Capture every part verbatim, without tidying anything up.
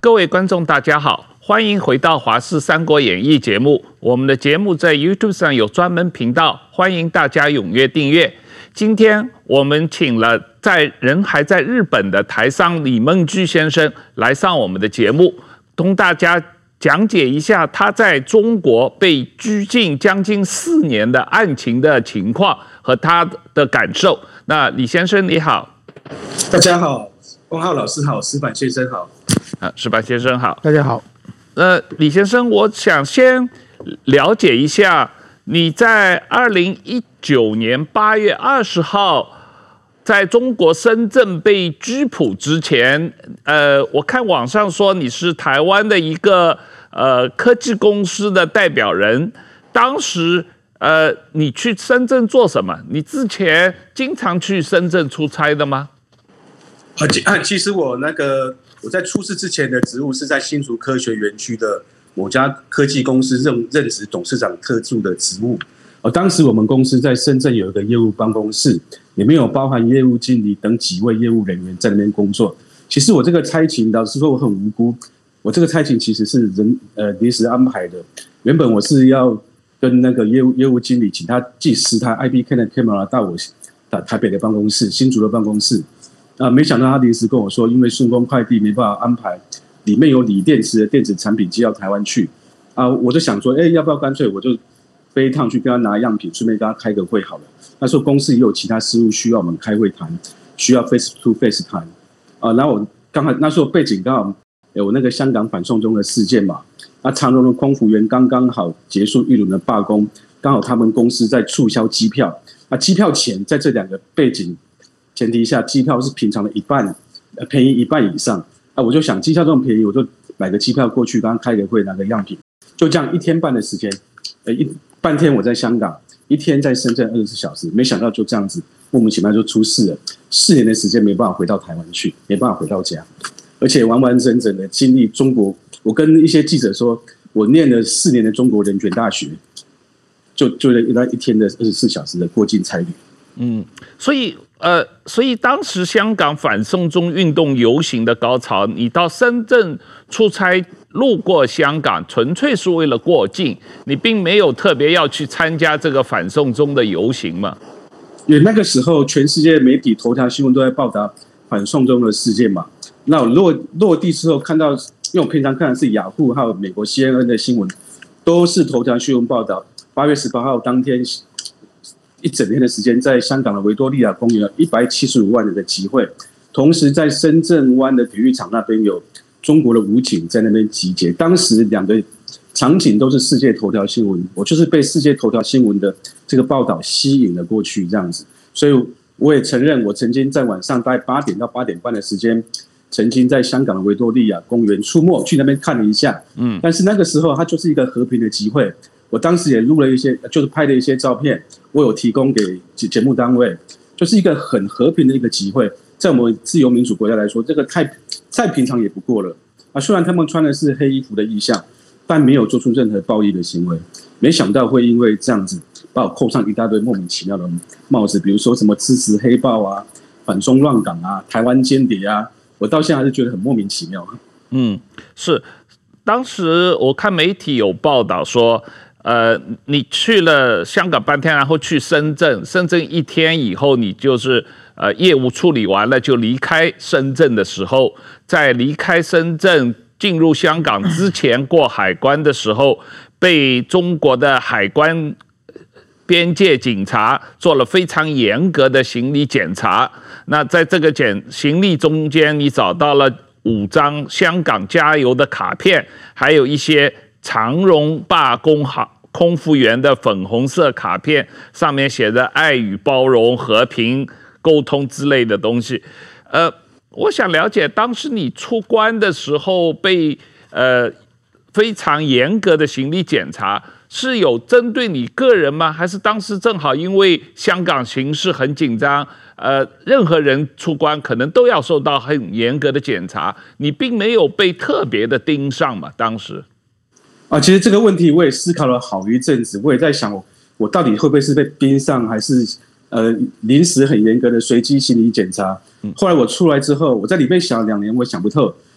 各位观众，大家好，欢迎回到《华视三国演义》节目。我们的节目在 YouTube 上有专门频道，欢迎大家踊跃订阅。今天我们请了在人还在日本的台商李梦居先生来上我们的节目，同大家讲解一下他在中国被拘禁将近四年的案情的情况和他的感受。那李先生你好。 大家好，翁浩老师好，石板先生好。 啊，石板先生好。 大家好。 呃，李先生，我想先了解一下，你在二零一九年八月二十号在中国深圳被拘捕之前，呃，我看网上说你是台湾的一个呃科技公司的代表人，当时呃你去深圳做什么？你之前经常去深圳出差的吗？ 啊，其实我那个我在出事之前的职务是在新竹科学园区的某家科技公司任任职董事长特助的职务。哦，当时我们公司在深圳有一个业务办公室，里面有包含业务经理等几位业务人员在那边工作。其实我这个差勤，老实说我很无辜，我这个差勤其实是人呃临时安排的。原本我是要跟那个业务业务经理请他寄十台 I B K 的 camera 到我台北的办公室，新竹的办公室。啊，没想到他临时跟我说，因为顺丰快递没办法安排，里面有锂电池的电子产品寄到台湾去，啊，我就想说，哎，要不要干脆我就飞一趟去跟他拿样品，顺便跟他开个会好了。那时候公司也有其他事务需要我们开会谈，需要 face to face 谈，啊，然后我刚好那时候背景刚好有那个香港反送中的事件嘛，那长荣的空服员刚刚好结束一轮的罢工，刚好他们公司在促销机票，啊，机票钱在这两个背景前提下，机票是平常的一半，呃，便宜一半以上。啊，我就想机票这么便宜，我就买个机票过去，刚刚开个会拿个样品，就这样一天半的时间，呃，一半天我在香港，一天在深圳二十四小时，没想到就这样子莫名其妙就出事了。四年的时间没办法回到台湾去，没办法回到家，而且完完整整的经历中国。我跟一些记者说，我念了四年的中国人权大学，就就那一天的二十四小时的过境差旅。 嗯，所以呃，所以当时香港反送中运动游行的高潮，你到深圳出差路过香港，纯粹是为了过境，你并没有特别要去参加这个反送中的游行嘛？ 因为那个时候全世界媒体头条新闻都在报道反送中的事件嘛，那我落落地之后看到，因为我平常看的是雅虎还有美国 C N N 的新闻，都是头条新闻报道。八月十八号当天，一整天的时间，在香港的维多利亚公园有一百七十五万人的集会，同时在深圳湾的体育场那边有中国的武警在那边集结。当时两个场景都是世界头条新闻，我就是被世界头条新闻的这个报道吸引了过去，这样子。所以我也承认，我曾经在晚上大概八点到八点半的时间，曾经在香港的维多利亚公园出没，去那边看了一下。嗯，但是那个时候它就是一个和平的集会。我当时也录了一些，就是拍了一些照片，我有提供给节目单位，就是一个很和平的一个集会。在我们自由民主国家来说，这个太再平常也不过了啊！虽然他们穿的是黑衣服的意象，但没有做出任何暴力的行为。没想到会因为这样子，把我扣上一大堆莫名其妙的帽子，比如说什么支持黑豹啊、反中乱港啊、台湾间谍啊，我到现在还是觉得很莫名其妙。 嗯，是，当时我看媒体有报道说。呃，你去了香港半天，然后去深圳，深圳一天以后，你就是呃业务处理完了就离开深圳的时候，在离开深圳进入香港之前过海关的时候，被中国的海关边界警察做了非常严格的行李检查。那在这个检行李中间，你找到了五张香港加油的卡片，还有一些长荣罢工好。空服员的粉红色卡片上面写着爱与包容、和平沟通之类的东西。呃，我想了解，当时你出关的时候被呃非常严格的行李检查，是有针对你个人吗？还是当时正好因为香港形势很紧张，呃，任何人出关可能都要受到很严格的检查，你并没有被特别的盯上嘛？当时。 啊，其实这个问题我也思考了好一阵子，我也在想我，我到底会不会是被盯上，还是呃临时很严格的随机行李检查？后来我出来之后，我在里面想了两年，我想不透。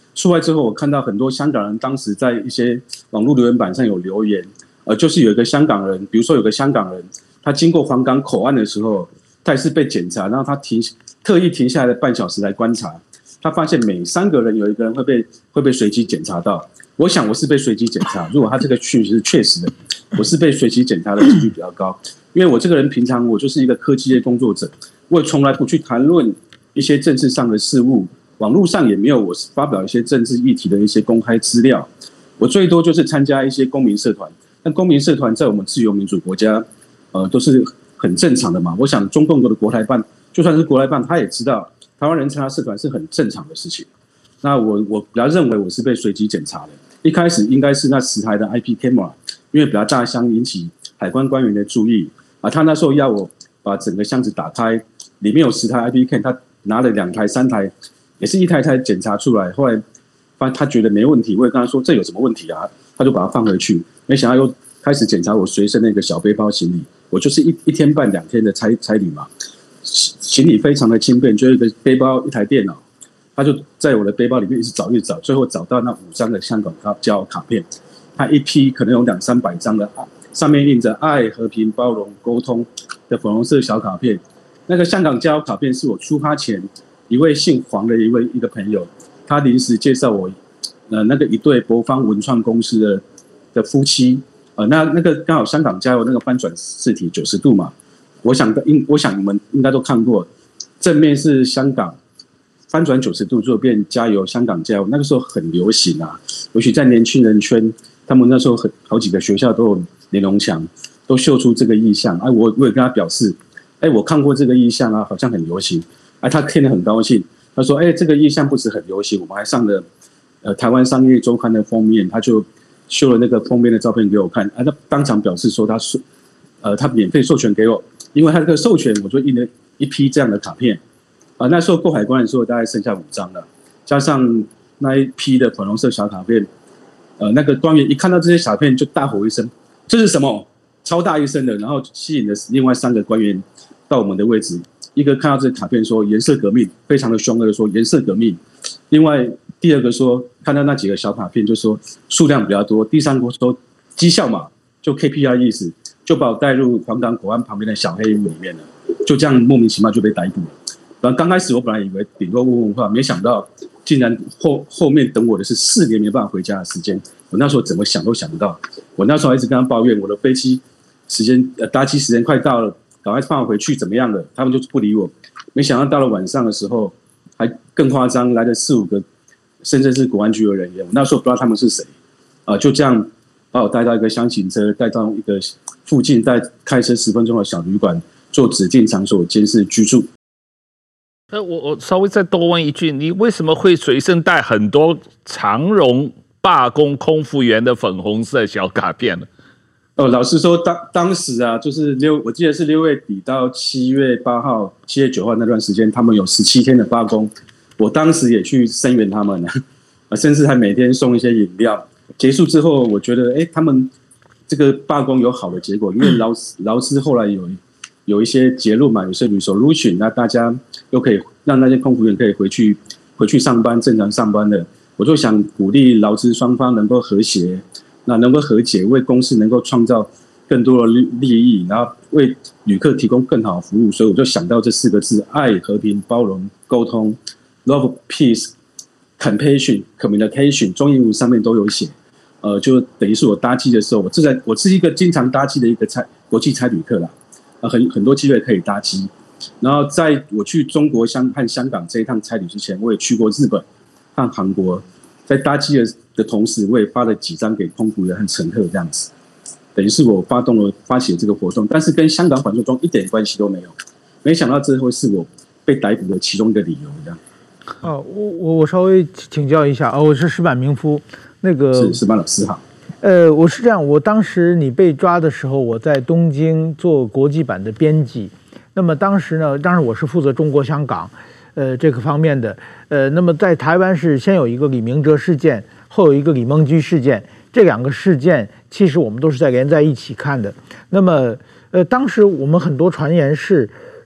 出来之后，我看到很多香港人当时在一些网络留言板上有留言，呃，就是有一个香港人，比如说有个香港人，他经过黄港口岸的时候，他也是被检查，然后他停特意停下来了半小时来观察，他发现每三个人有一个人会被会被随机检查到。我想我是被随机检查，如果他这个讯息是确实的，我是被随机检查的几率比较高，因为我这个人平常我就是一个科技业工作者，我也从来不去谈论一些政治上的事务，网络上也没有我发表一些政治议题的一些公开资料，我最多就是参加一些公民社团，但公民社团在我们自由民主国家，呃，都是很正常的嘛。我想中共的国台办，就算是国台办，他也知道台湾人参加社团是很正常的事情。那我我比较认为我是被随机检查的，一开始应该是那十台的 I P camera， 因为比较大箱引起海关官员的注意啊，他那时候要我把整个箱子打开，里面有十台 I P cam， 他拿了两台、三台，也是一台一台检查出来，后来发他觉得没问题，我也跟他说这有什么问题啊，他就把它放回去，没想到又开始检查我随身那个小背包行李，我就是一一天半两天的差差旅嘛，行李非常的轻便，就一个背包一台电脑。他就在我的背包里面一直找，一直找，最后找到那五张的香港骄傲卡片。他一批可能有两三百张的，上面印着“爱、和平、包容、沟通”的粉红色小卡片。那个香港骄傲卡片是我出发前一位姓黄的一位一个朋友，他临时介绍我，呃，那个一对博方文创公司的的夫妻，呃，那那个刚好香港加油那个翻转字体九十度嘛，我想应我想你们应该都看过，正面是香港。翻转九十度就变加油香港加油，那个时候很流行啊，尤其在年轻人圈，他们那时候很好几个学校都有连龙墙，都秀出这个意象。哎、啊，我我也跟他表示，哎，我看过这个意象啊，好像很流行。哎、啊，他听得很高兴，他说，哎，这个意象不止很流行，我们还上了呃台湾商业周刊的封面，他就秀了那个封面的照片给我看，啊，他当场表示说他授呃他免费授权给我，因为他这个授权，我就印了一批这样的卡片。啊，那时候过海关的时候，大概剩下五张了，加上那一批的粉红色小卡片，呃，那个官员一看到这些卡片就大吼一声：“这是什么？”超大一声的，然后吸引了另外三个官员到我们的位置。一个看到这个卡片说“颜色革命”，非常的凶恶的说“颜色革命”。另外第二个说看到那几个小卡片就说数量比较多。第三个说绩效嘛，就 K P I 意思，就把我带入黄港口岸旁边的小黑屋里面了，就这样莫名其妙就被逮捕了。本来刚开始我本来以为顶多问问话，没想到竟然后后面等我的是四年没办法回家的时间。我那时候怎么想都想不到。我那时候还一直跟他抱怨我的飞机时间呃搭机时间快到了，赶快放我回去怎么样的，他们就不理我。没想到到了晚上的时候还更夸张，来了四五个深圳市国安局的人员，我那时候不知道他们是谁啊、呃，就这样把我带到一个厢型车，带到一个附近再开车十分钟的小旅馆，做指定场所监视居住。 呃，我我稍微再多问一句，你为什么会随身带很多长荣罢工空服员的粉红色小卡片呢？ 哦，老实说，当当时啊，就是六，我记得是六月底到七月八号、七月九号那段时间，他们有十七天的罢工，我当时也去声援他们啊，甚至还每天送一些饮料。结束之后，我觉得，哎，他们这个罢工有好的结果，因为劳劳资后来有。有一些结论嘛，有些 resolution， 那大家又可以让那些空服员可以回去回去上班，正常上班的。我就想鼓励劳资双方能够和谐，那能够和解，为公司能够创造更多的利益，然后为旅客提供更好的服务。所以我就想到这四个字：爱、和平、包容、沟通 ，love, peace, compassion, communication， 中英文上面都有写。呃，就等于是我搭机的时候，我是在我是一个经常搭机的一个差国际差旅客啦。啊，很很多机会可以搭机，然后在我去中国香和香港这一趟差旅之前，我也去过日本和韩国，在搭机的的同时，我也发了几张给空服员和乘客这样子，等于是我发动了发起这个活动，但是跟香港反送中一点关系都没有，没想到这会是我被逮捕的其中一个理由这样。 哦，我我我稍微请教一下，哦，我是石板明夫，那个是石板老师好。 呃，我是这样，我当时你被抓的时候，我在东京做国际版的编辑。那么当时呢，当时我是负责中国香港，呃这个方面的。呃，那么在台湾是先有一个李明哲事件，后有一个李孟居事件，这两个事件其实我们都是在连在一起看的。那么呃，当时我们很多传言是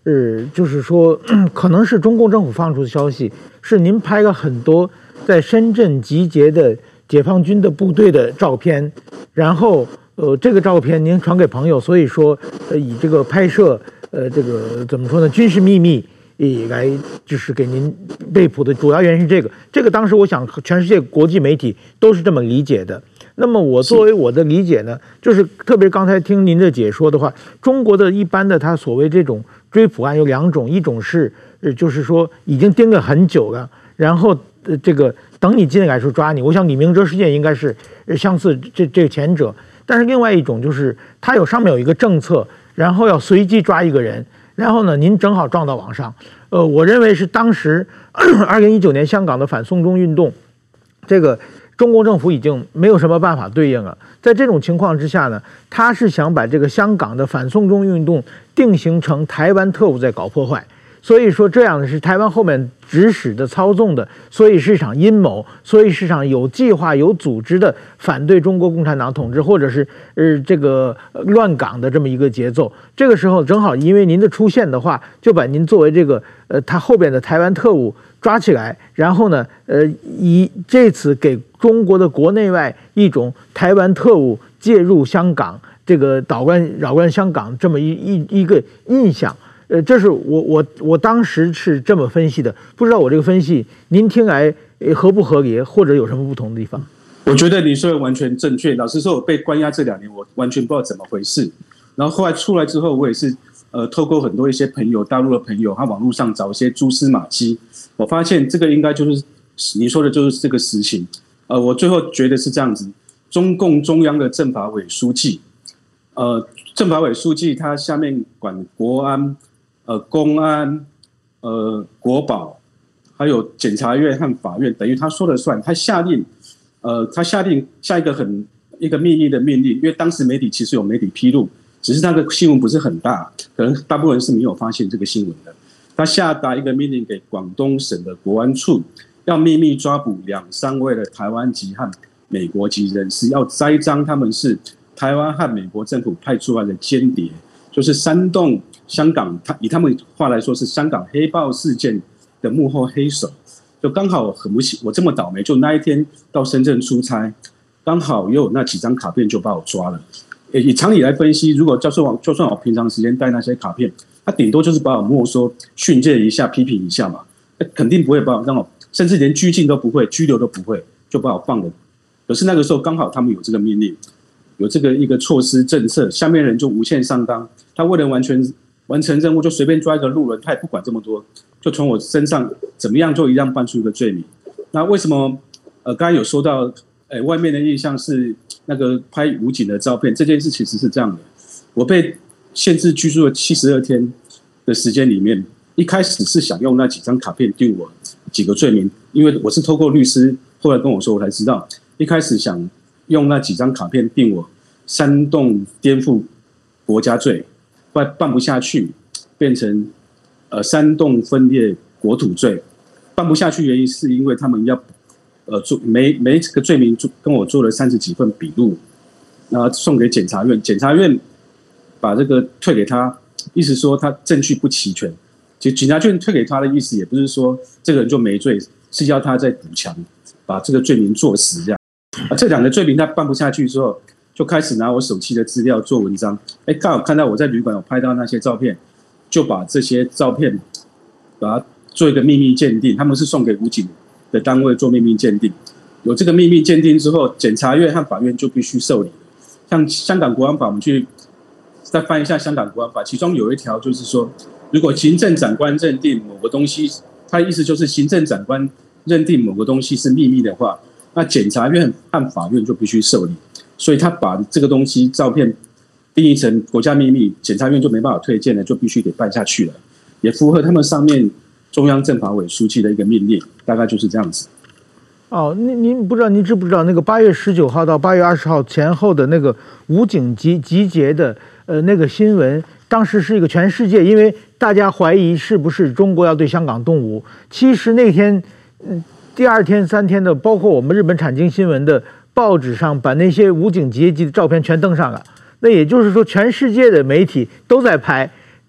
呃，就是说可能是中共政府放出的消息，是您拍了很多在深圳集结的解放军的部队的照片，然后呃这个照片您传给朋友，所以说呃以这个拍摄呃这个怎么说呢军事秘密。以来就是给您被捕的主要原因是这个，这个当时我想全世界国际媒体都是这么理解的。那么我作为我的理解呢，就是特别刚才听您的解说的话，中国的一般的他所谓这种追捕案有两种，一种是呃就是说已经盯了很久了，然后呃这个等你进来时候抓你，我想李明哲事件应该是相似这这个前者，但是另外一种就是他有上面有一个政策，然后要随机抓一个人。然后呢，您正好撞到网上，呃，我认为是当时二零一九年香港的反送中运动，这个中国政府已经没有什么办法对应了。在这种情况之下呢，他是想把这个香港的反送中运动定型成台湾特务在搞破坏。所以说，这样的是台湾后面指使的、操纵的，所以是一场阴谋，所以是场有计划、有组织的反对中国共产党统治，或者是呃这个乱港的这么一个节奏。这个时候正好因为您的出现的话，就把您作为这个呃他后边的台湾特务抓起来，然后呢呃以这次给中国的国内外一种台湾特务介入香港这个捣乱扰乱香港这么一一一个印象。呃，这是我我我当时是这么分析的，不知道我这个分析您听来合不合理，或者有什么不同的地方？ 我觉得你说的完全正确。老实说，我被关押这两年，我完全不知道怎么回事。然后后来出来之后，我也是呃，透过很多一些朋友，大陆的朋友，他网络上找一些蛛丝马迹，我发现这个应该就是你说的，就是这个实情。呃，我最后觉得是这样子：中共中央的政法委书记，呃，政法委书记他下面管国安。呃，公安、呃，国保，还有检察院和法院，等于他说了算。他下令，呃，他下令下一个很一个秘密的命令，因为当时媒体其实有媒体披露，只是那个新闻不是很大，可能大部分人是没有发现这个新闻的。他下达一个命令给广东省的国安处，要秘密抓捕两三位的台湾籍和美国籍人士，要栽赃他们是台湾和美国政府派出来的间谍，就是煽动。香港，他以他们话来说是香港黑豹事件的幕后黑手，就刚好很不幸，我这么倒霉，就那一天到深圳出差，刚好也有那几张卡片就把我抓了。以常理来分析，如果就算我就算我平常时间带那些卡片，他顶多就是把我没收、训诫一下、批评一下嘛，肯定不会把我让我，甚至连拘禁都不会、拘留都不会，就把我放了。可是那个时候刚好他们有这个命令，有这个一个措施政策，下面人就无限上纲，他为了完全。完成任务就随便抓一个路人，他也不管这么多，就从我身上怎么样就一样搬出一个罪名。那为什么？呃，刚才有说到，哎，外面的印象是那个拍武警的照片，这件事其实是这样的。我被限制居住了七十二天的时间里面，一开始是想用那几张卡片定我几个罪名，因为我是透过律师后来跟我说，我才知道，一开始想用那几张卡片定我煽动颠覆国家罪。办不下去，变成呃煽动分裂国土罪，办不下去原因是因为他们要呃做每每个罪名跟我做了三十几份笔录，然后送给检察院，检察院把这个退给他，意思说他证据不齐全。其实检察院退给他的意思也不是说这个人就没罪，是要他再补强，把这个罪名做实这样。啊，这两个罪名他办不下去之后。就开始拿我手机的资料做文章，哎，刚好看到我在旅馆有拍到那些照片，就把这些照片把它做一个秘密鉴定，他们是送给武警的单位做秘密鉴定。有这个秘密鉴定之后，检察院和法院就必须受理。像香港国安法，我们去再翻一下香港国安法，其中有一条就是说，如果行政长官认定某个东西，他的意思就是行政长官认定某个东西是秘密的话，那检察院和法院就必须受理。所以他把这个东西照片定义成国家秘密，检察院就没办法推荐了，就必须得办下去了，也符合他们上面中央政法委书记的一个命令，大概就是这样子。 哦，您您不知道，您知不知道那个八月十九号到八月二十号前后的那个武警集集结的呃那个新闻，当时是一个全世界，因为大家怀疑是不是中国要对香港动武。其实那天，嗯，第二天、三天的，包括我们日本产经新闻的。报纸上把那些武警集结的照片全登上了，那也就是说，全世界的媒体都在拍，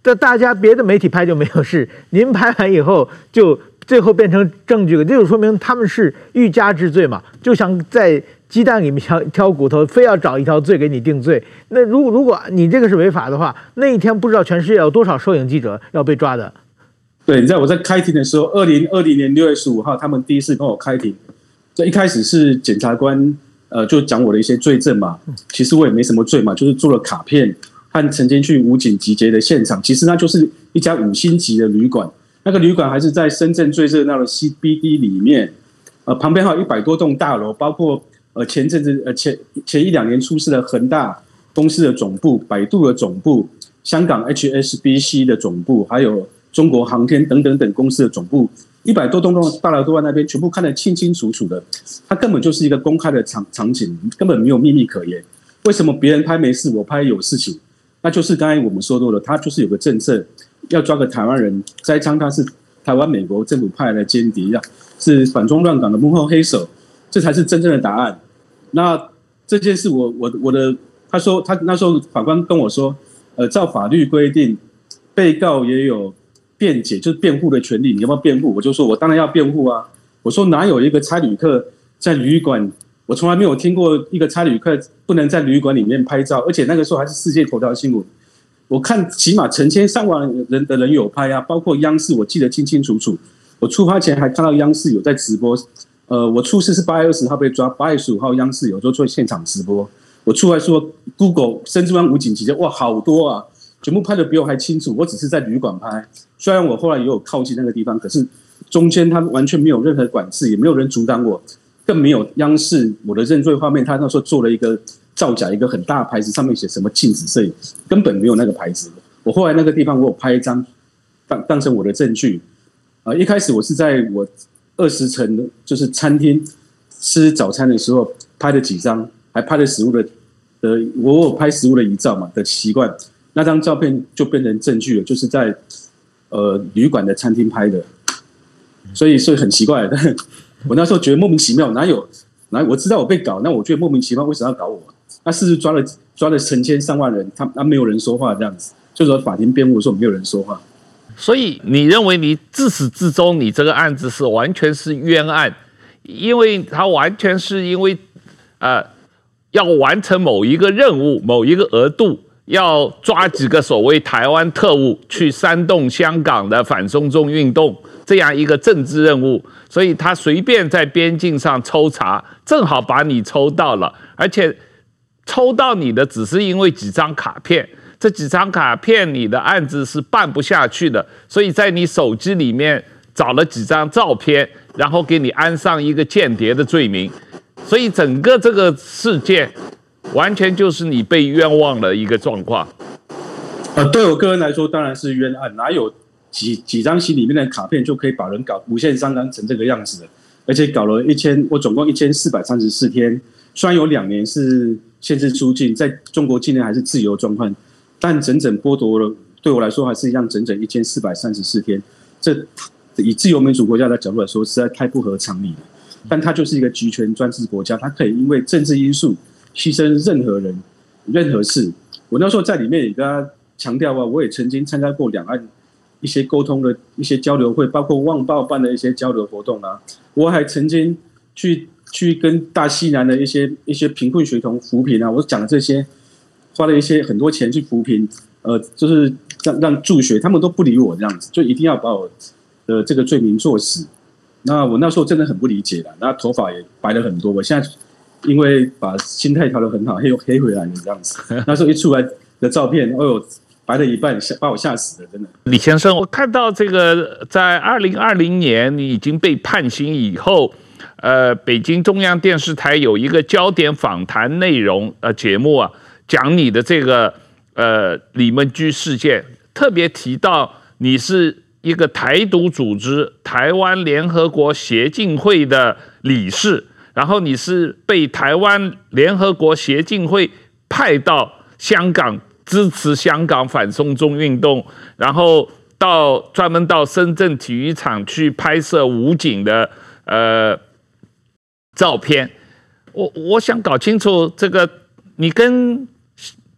这大家别的媒体拍就没有事，您拍完以后就最后变成证据，这就说明他们是欲加之罪嘛，就像在鸡蛋里面挑挑骨头，非要找一条罪给你定罪。那如果如果你这个是违法的话，那一天不知道全世界有多少摄影记者要被抓的。 对，你知道我在开庭的时候，二零二零年六月十五号，他们第一次跟我开庭。这一开始是检察官呃就讲我的一些罪证嘛，其实我也没什么罪嘛，就是做了卡片和曾经去武警集结的现场，其实那就是一家五星级的旅馆，那个旅馆还是在深圳最热闹的 C B D 里面，呃旁边还有一百多栋大楼，包括呃前阵子呃前前一两年出事的恒大公司的总部、百度的总部、香港 H S B C 的总部，还有中国航天等等等公司的总部，一百多栋大楼都在那边，全部看得清清楚楚的。它根本就是一个公开的场场景，根本没有秘密可言。为什么别人拍没事，我拍有事情？那就是刚才我们说过的，他就是有个政策，要抓个台湾人，栽赃他是台湾美国政府派来的间谍，是反中乱港的幕后黑手，这才是真正的答案。那这件事我，我我的他说他那时候法官跟我说，呃，照法律规定，被告也有辩解，就是辩护的权利，你要不要辩护？我就说我当然要辩护啊！我说哪有一个差旅客在旅馆，我从来没有听过一个差旅客不能在旅馆里面拍照，而且那个时候还是世界头条新闻。我看起码成千上万人的人有拍啊，包括央视，我记得清清楚楚。我出发前还看到央视有在直播，呃，我出事是八月二十号被抓，八月十五号央视有时候做现场直播。我出来说 Google 深圳湾武警集结，哇，好多啊！全部拍的比我还清楚，我只是在旅馆拍，虽然我后来也有靠近那个地方，可是中间他完全没有任何管制，也没有人阻挡我，更没有央视我的认罪画面，他那时候做了一个造假，一个很大的牌子，上面写什么禁止摄影，根本没有那个牌子。我后来那个地方我有拍一张，当当成我的证据。呃，一开始我是在我二十层就是餐厅吃早餐的时候拍了几张，还拍了食物的的，我有拍食物的遗照嘛的习惯。那张照片就变成证据了，就是在呃旅馆的餐厅拍的，所以所以很奇怪的。我那时候觉得莫名其妙，哪有哪我知道我被搞，那我觉得莫名其妙，为什么要搞我？那事实抓了抓了成千上万人，他那没有人说话这样子，就是说法庭辩护的时候没有人说话。 所以你认为你自始至终你这个案子是完全是冤案，因为它完全是因为呃要完成某一个任务、某一个额度。要抓几个所谓台湾特务去煽动香港的反送中运动这样一个政治任务，所以他随便在边境上抽查，正好把你抽到了，而且抽到你的只是因为几张卡片，这几张卡片你的案子是办不下去的，所以在你手机里面找了几张照片，然后给你安上一个间谍的罪名，所以整个这个事件完全就是你被冤枉的一个状况。 呃，对我个人来说，当然是冤案，哪有几几张心里面的卡片就可以把人搞无限伤害成这个样子的？而且搞了一千，我总共一千四百三十四天，虽然有两年是限制出境，在中国境内还是自由状况，但整整剥夺了，对我来说还是一样整整一千四百三十四天。这以自由民主国家的角度来说，实在太不合常理了。但它就是一个集权专制国家，它可以因为政治因素牺牲任何人、任何事。我那时候在里面也跟他强调啊，我也曾经参加过两岸一些沟通的一些交流会，包括旺报办的一些交流活动啊。我还曾经去去跟大西南的一些一些贫困学童扶贫啊，我讲这些，花了一些很多钱去扶贫，呃，就是让让助学，他们都不理我这样子，就一定要把我的这个罪名作死。那我那时候真的很不理解了，那头发也白了很多，我现在。因为把心态调得很好，黑黑回来了这样子。那时候一出来的照片，哎呦，白了一半，把我吓死了，真的。 李先生，我看到这个在二零二零年你已经被判刑以后，呃，北京中央电视台有一个焦点访谈内容呃节目啊，讲你的这个呃李孟居事件，特别提到你是一个台独组织台湾联合国协进会的理事。然后你是被台湾联合国协进会派到香港支持香港反送中运动，然后到专门到深圳体育场去拍摄武警的呃照片。我我想搞清楚这个，你跟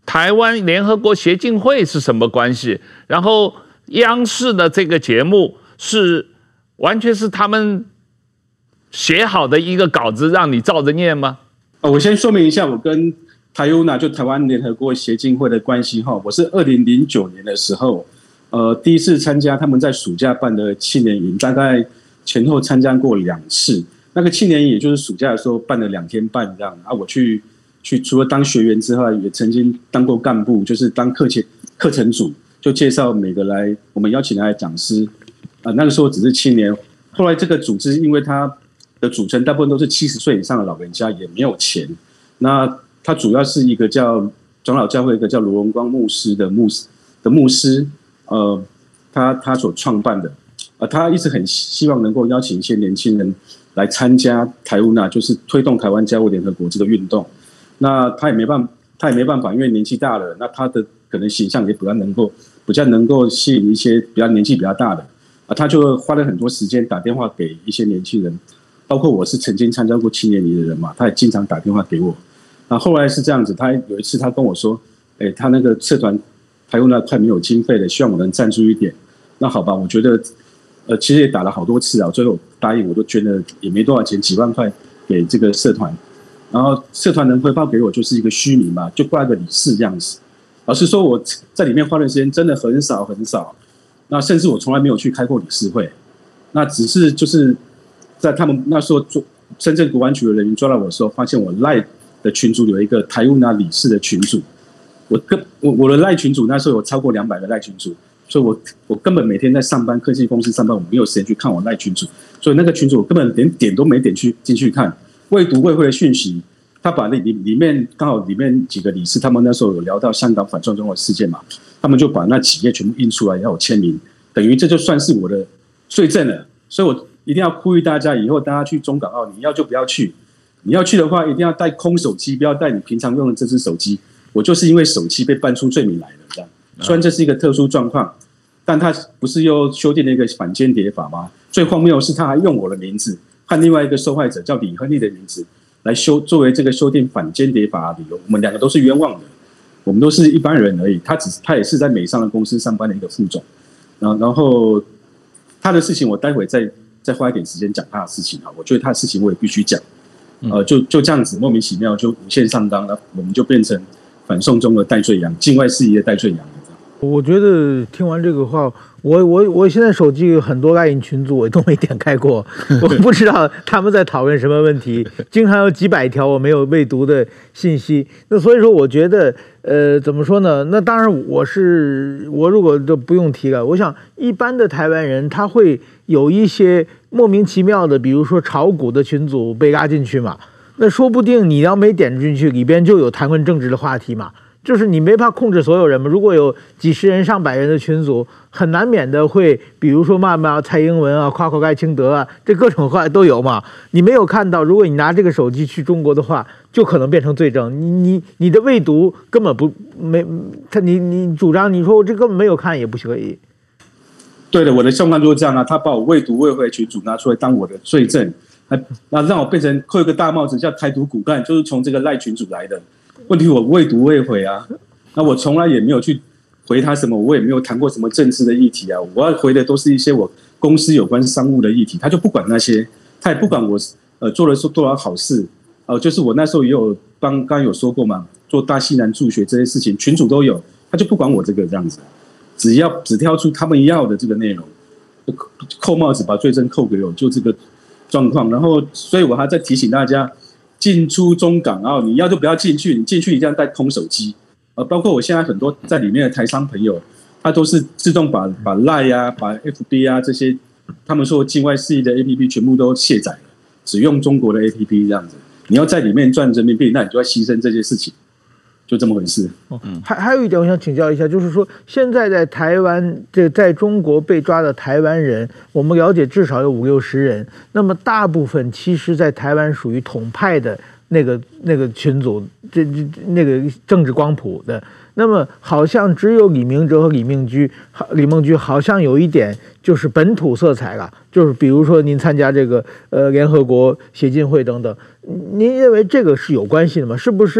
台湾联合国协进会是什么关系？然后央视的这个节目是完全是他们写好的一个稿子，让你照着念吗？ 哦，我先说明一下，我跟台 U N A 就台湾联合国协进会的关系哈。我是二零零九年的时候，呃，第一次参加他们在暑假办的青年营，大概前后参加过两次。那个青年营也就是暑假的时候办了两天半这样啊，我去去除了当学员之外，也曾经当过干部，就是当课前课程组，就介绍每个来我们邀请来的讲师啊、呃，那个时候只是青年，后来这个组织因为它的组成大部分都是七十岁以上的老人家，也没有钱。那他主要是一个叫长老教会一个叫罗荣光牧师的牧师的牧师，呃，他他所创办的，呃，他一直很希望能够邀请一些年轻人来参加台 U N A， 就是推动台湾加入联合国这个运动。那他也没办法，他也没办法，因为年纪大了，那他的可能形象也比较能够比较能够吸引一些比较年纪比较大的啊，他就花了很多时间打电话给一些年轻人。包括我是曾经参加过青年营的人嘛，他也经常打电话给我。那后来是这样子，他有一次他跟我说，哎，他那个社团台 U N A快没有经费了，希望我能赞助一点。那好吧，我觉得，呃，其实也打了好多次啊，最后答应我就捐了也没多少钱，几万块给这个社团。然后社团能回报给我就是一个虚名嘛，就挂个理事这样子。老实说，我在里面花的时间真的很少很少。那甚至我从来没有去开过理事会，那只是就是。在他们那时候做深圳国安局的人员抓到我的时候，发现我 LINE 的群组有一个台 U N A 理事的群组，我跟我我的 LINE 群组那时候有超过两百个 LINE 群组，所以我我根本每天在上班，科技公司上班，我没有时间去看我 LINE 群组，所以那个群组我根本连点都没点去进去看，未读未会的讯息，他把那里里面刚好里面几个理事，他们那时候有聊到香港反送中的事件嘛，他们就把那企业全部印出来要我签名，等于这就算是我的罪证了，所以我。一定要呼吁大家，以后大家去中港澳，你要就不要去。你要去的话，一定要带空手机，不要带你平常用的这只手机。我就是因为手机被办出罪名来了，这样。虽然这是一个特殊状况，但他不是又修订了一个反间谍法吗？最荒谬的是，他还用我的名字和另外一个受害者叫李亨利的名字来修作为这个修订反间谍法的理由。我们两个都是冤枉的，我们都是一般人而已。他只他也是在美商的公司上班的一个副总，然后然后他的事情我待会再。再花一点时间讲他的事情啊，我觉得他的事情我也必须讲，呃，就就这样子莫名其妙就无限上纲了，我们就变成反送中的代罪羊，境外事宜的代罪羊。 我觉得听完这个话，我我我现在手机有很多 LINE 群组，我都没点开过，我不知道他们在讨论什么问题，经常有几百条我没有未读的信息。那所以说，我觉得，呃，怎么说呢？那当然，我是我如果都不用提了，我想一般的台湾人他会有一些莫名其妙的，比如说炒股的群组被拉进去嘛，那说不定你要没点进去，里边就有谈论政治的话题嘛。就是你没法控制所有人嘛，如果有几十人上百人的群组，很难免的会比如说骂骂蔡英文啊，夸夸赖清德啊，这各种话都有嘛。你没有看到，如果你拿这个手机去中国的话，就可能变成罪证。你你你的未读根本不没他你你主张你说我这根本没有看也不可以。 对的，我的状况就是这样啊，他把我未读未回群组拿出来当我的罪证，那让我变成扣一个大帽子叫台独骨干，就是从这个赖群组来的。问题我未读未回啊，那我从来也没有去回他什么，我也没有谈过什么政治的议题啊，我要回的都是一些我公司有关商务的议题，他就不管那些，他也不管我呃做了多少好事，呃，就是我那时候也有帮刚刚有说过嘛，做大西南助学这些事情，群主都有，他就不管我这个这样子，只要只挑出他们要的这个内容，扣帽子把罪证扣给我，就这个状况，然后所以我还在提醒大家。进出中港澳，你要就不要进去，你进去一定要带空手机。呃，包括我现在很多在里面的台商朋友，他都是自动把把 LINE 啊、把 F B 啊这些，他们说境外事宜的 A P P 全部都卸载了，只用中国的 A P P 这样子。你要在里面赚人民币，那你就要牺牲这些事情。就这么回事。 嗯，还还有一点我想请教一下，就是说现在在台湾这在中国被抓的台湾人，我们了解至少有五六十人，那么大部分其实在台湾属于统派的那个那个群组，这这那个政治光谱的。那么好像只有李明哲和李明居，李梦居好像有一点就是本土色彩了，就是比如说您参加这个呃联合国协进会等等，您认为这个是有关系的吗？是不是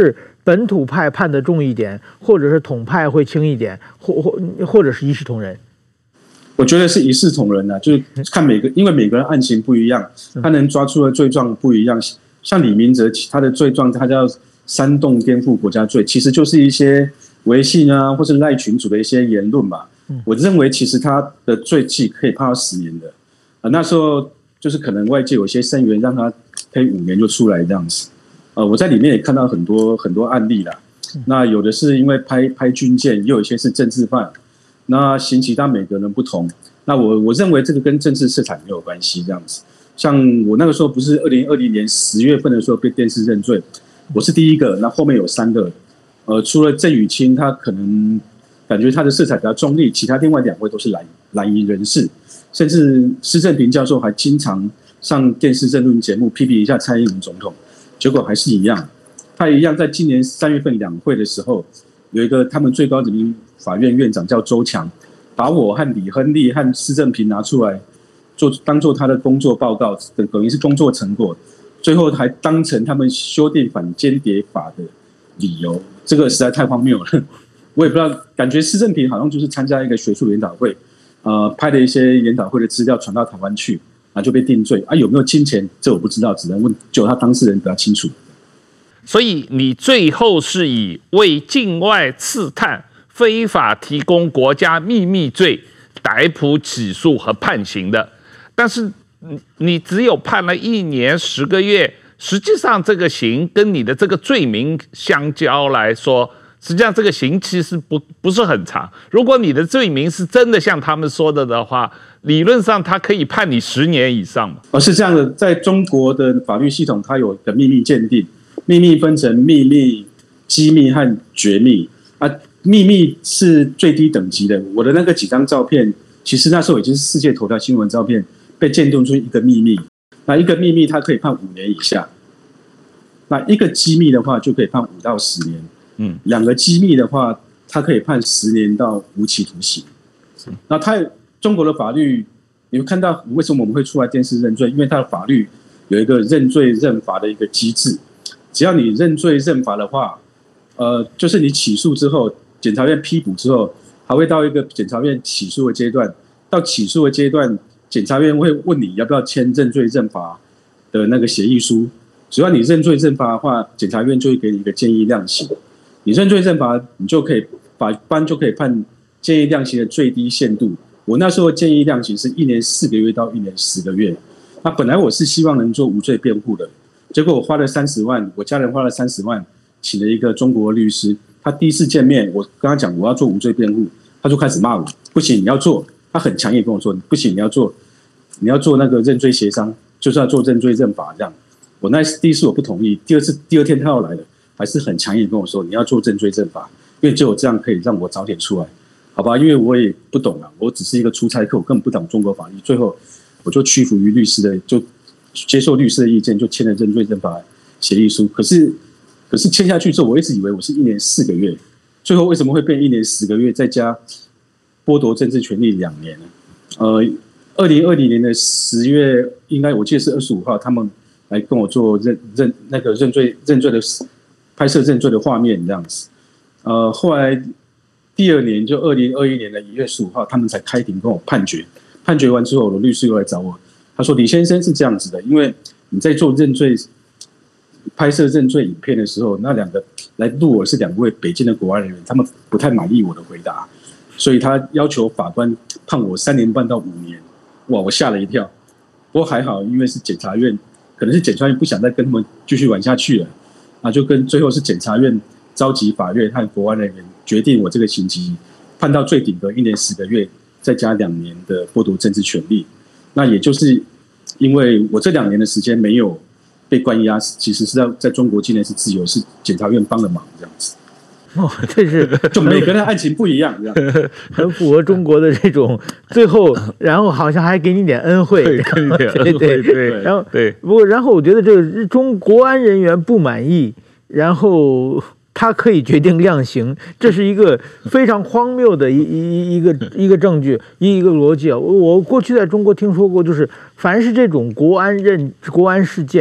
本土派判得重一点，或者是统派会轻一点，或或或者是一视同仁？ 我觉得是一视同仁啊，就是看每个，因为每个人案情不一样，他能抓出的罪状不一样。像李明哲他的罪状，他叫煽动颠覆国家罪，其实就是一些微信啊，或是赖群组的一些言论吧。我认为其实他的罪期可以判到十年的，呃，那时候就是可能外界有些声援，让他可以五年就出来这样子。呃，我在里面也看到很多很多案例啦。那有的是因为拍拍军舰，也有一些是政治犯。那刑期当然每个人不同。那我我认为这个跟政治色彩没有关系这样子。像我那个时候不是二零二零年十月份的时候被电视认罪，我是第一个，那后面有三个。呃，除了郑雨清，他可能感觉他的色彩比较中立，其他另外两位都是蓝蓝营人士，甚至施正平教授还经常上电视政论节目批评一下蔡英文总统，结果还是一样，他一样在今年三月份两会的时候，有一个他们最高人民法院院长叫周强，把我和李亨利和施正平拿出来做当做他的工作报告，等于是工作成果，最后还当成他们修订反间谍法的理由，这个实在太荒谬了。我也不知道，感觉施正平好像就是参加一个学术研讨会，呃，拍的一些研讨会的资料传到台湾去，啊，就被定罪啊，有没有金钱这我不知道，只能问就他当事人比较清楚。 所以你最后是以为境外刺探、非法提供国家秘密罪逮捕、起诉和判刑的，但是你只有判了一年十个月，实际上这个刑跟你的这个罪名相交来说，实际上这个刑期是不不是很长。如果你的罪名是真的像他们说的的话，理论上他可以判你十年以上嘛。 哦，是这样的，在中国的法律系统，它有个秘密鉴定，秘密分成秘密、机密和绝密啊。秘密是最低等级的，我的那个几张照片，其实那时候已经是世界头条新闻照片，被鉴定出一个秘密。那一个秘密它可以判五年以下，那一个机密的话就可以判五到十年。嗯，两个机密的话，它可以判十年到无期徒刑。那它中国的法律，你会看到为什么我们会出来电视认罪？因为它的法律有一个认罪认罚的一个机制，只要你认罪认罚的话，呃，就是你起诉之后，检察院批捕之后，还会到一个检察院起诉的阶段。到起诉的阶段，检察院会问你要不要签认罪认罚的那个协议书。只要你认罪认罚的话，检察院就会给你一个建议量刑。你认罪认罚，你就可以法官就可以判建议量刑的最低限度。我那时候建议量刑是一年四个月到一年十个月。那本来我是希望能做无罪辩护的，结果我花了三十万，我家人花了三十万，请了一个中国律师。他第一次见面，我跟他讲我要做无罪辩护，他就开始骂我，不行你要做。他很强硬跟我说，不行你要做，你要做那个认罪协商，就是要做认罪认罚这样。我那第一次我不同意，第二次第二天他又来了。还是很强硬跟我说你要做认罪认罚，因为只有这样可以让我早点出来，好吧？因为我也不懂啊，我只是一个出差客，我根本不懂中国法律。最后我就屈服于律师的，就接受律师的意见，就签了认罪认罚协议书。可是，可是签下去之后，我一直以为我是一年四个月，最后为什么会变一年十个月，再加剥夺政治权利两年呢？呃，二零二零年的十月，应该我记得是二十五号，他们来跟我做认认那个认罪认罪的。拍摄认罪的画面这样子，呃，后来第二年就二零二一年的一月十五号，他们才开庭跟我判决。判决完之后，我的律师又来找我，他说：“李先生是这样子的，因为你在做认罪拍摄认罪影片的时候，那两个来录我是两位北京的国安人员，他们不太满意我的回答，所以他要求法官判我三年半到五年。哇，我吓了一跳。不过还好，因为是检察院，可能是检察院不想再跟他们继续玩下去了。”啊，就跟最后是检察院召集法院和国安人员决定我这个刑期判到最顶的一年十个月，再加两年的剥夺政治权利。那也就是因为我这两年的时间没有被关押，其实是在在中国境内是自由，是检察院帮了忙这样子。 哦，这是就每个人的案情不一样，这样很符合中国的这种最后，然后好像还给你点恩惠， 对对对对， 然后对， 不过然后我觉得这个中国安人员不满意，然后他可以决定量刑，这是一个非常荒谬的一一一个一个证据，一个逻辑啊！我过去在中国听说过，就是凡是这种国安认国安事件。